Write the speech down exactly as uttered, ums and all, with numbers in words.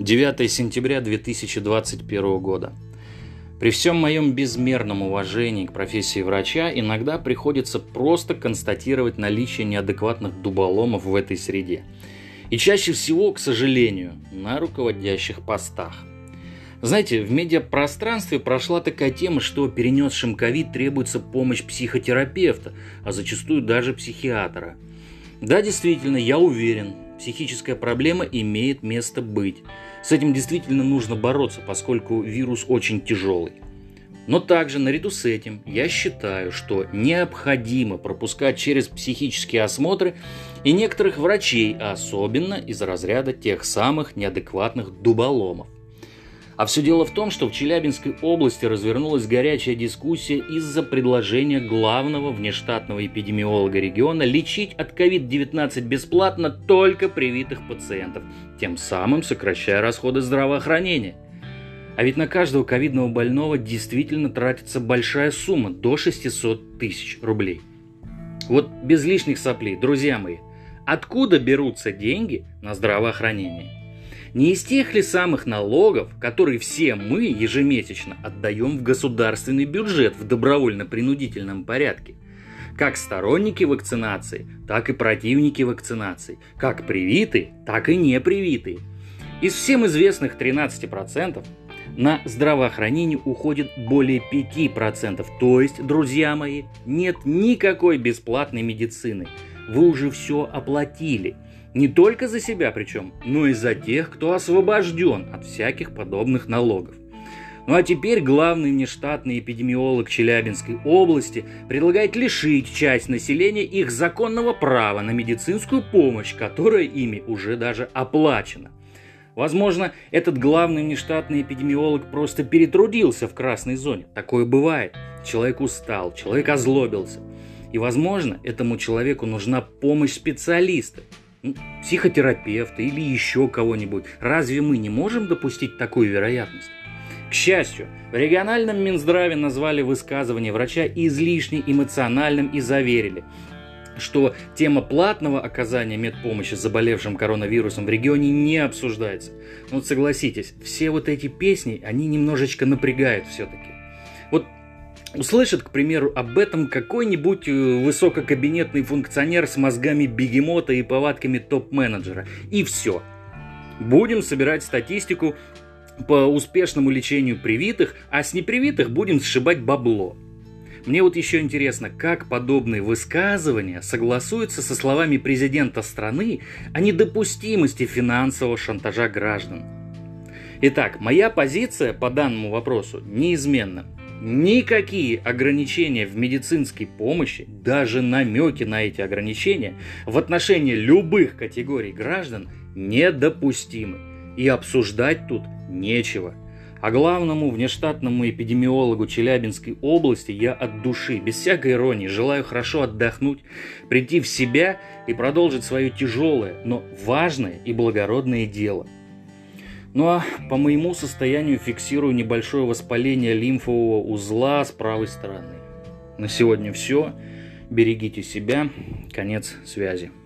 девятое сентября две тысячи двадцать первого года. При всем моем безмерном уважении к профессии врача иногда приходится просто констатировать наличие неадекватных дуболомов в этой среде. И чаще всего, к сожалению, на руководящих постах. Знаете, в медиапространстве прошла такая тема, что перенесшим ковид требуется помощь психотерапевта, а зачастую даже психиатра. Да, действительно, я уверен, психическая проблема имеет место быть. С этим действительно нужно бороться, поскольку вирус очень тяжелый. Но также, наряду с этим, я считаю, что необходимо пропускать через психические осмотры и некоторых врачей, особенно из разряда тех самых неадекватных дуболомов. А все дело в том, что в Челябинской области развернулась горячая дискуссия из-за предложения главного внештатного эпидемиолога региона лечить от ковид девятнадцать бесплатно только привитых пациентов, тем самым сокращая расходы здравоохранения. А ведь на каждого ковидного больного действительно тратится большая сумма, до шестисот тысяч рублей. Вот без лишних соплей, друзья мои, откуда берутся деньги на здравоохранение? Не из тех ли самых налогов, которые все мы ежемесячно отдаем в государственный бюджет в добровольно-принудительном порядке? Как сторонники вакцинации, так и противники вакцинации, как привитые, так и непривитые. Из всем известных тринадцати процентов на здравоохранение уходит более пяти процентов. То есть, друзья мои, нет никакой бесплатной медицины. Вы уже все оплатили. Не только за себя причем, но и за тех, кто освобожден от всяких подобных налогов. Ну а теперь главный внештатный эпидемиолог Челябинской области предлагает лишить часть населения их законного права на медицинскую помощь, которая ими уже даже оплачена. Возможно, этот главный внештатный эпидемиолог просто перетрудился в красной зоне. Такое бывает. Человек устал, человек озлобился. И, возможно, этому человеку нужна помощь специалиста. Психотерапевта или еще кого-нибудь. Разве мы не можем допустить такую вероятность? К счастью, в региональном Минздраве назвали высказывание врача излишне эмоциональным и заверили, что тема платного оказания медпомощи заболевшим коронавирусом в регионе не обсуждается. Но вот согласитесь, все вот эти песни, они немножечко напрягают все-таки. Вот услышит, к примеру, об этом какой-нибудь высококабинетный функционер с мозгами бегемота и повадками топ-менеджера. И все. Будем собирать статистику по успешному лечению привитых, а с непривитых будем сшибать бабло. Мне вот еще интересно, как подобные высказывания согласуются со словами президента страны о недопустимости финансового шантажа граждан. Итак, моя позиция по данному вопросу неизменна. Никакие ограничения в медицинской помощи, даже намеки на эти ограничения в отношении любых категорий граждан недопустимы. И обсуждать тут нечего. А главному внештатному эпидемиологу Челябинской области я от души, без всякой иронии, желаю хорошо отдохнуть, прийти в себя и продолжить свое тяжелое, но важное и благородное дело. Ну а по моему состоянию фиксирую небольшое воспаление лимфового узла с правой стороны. На сегодня все. Берегите себя. Конец связи.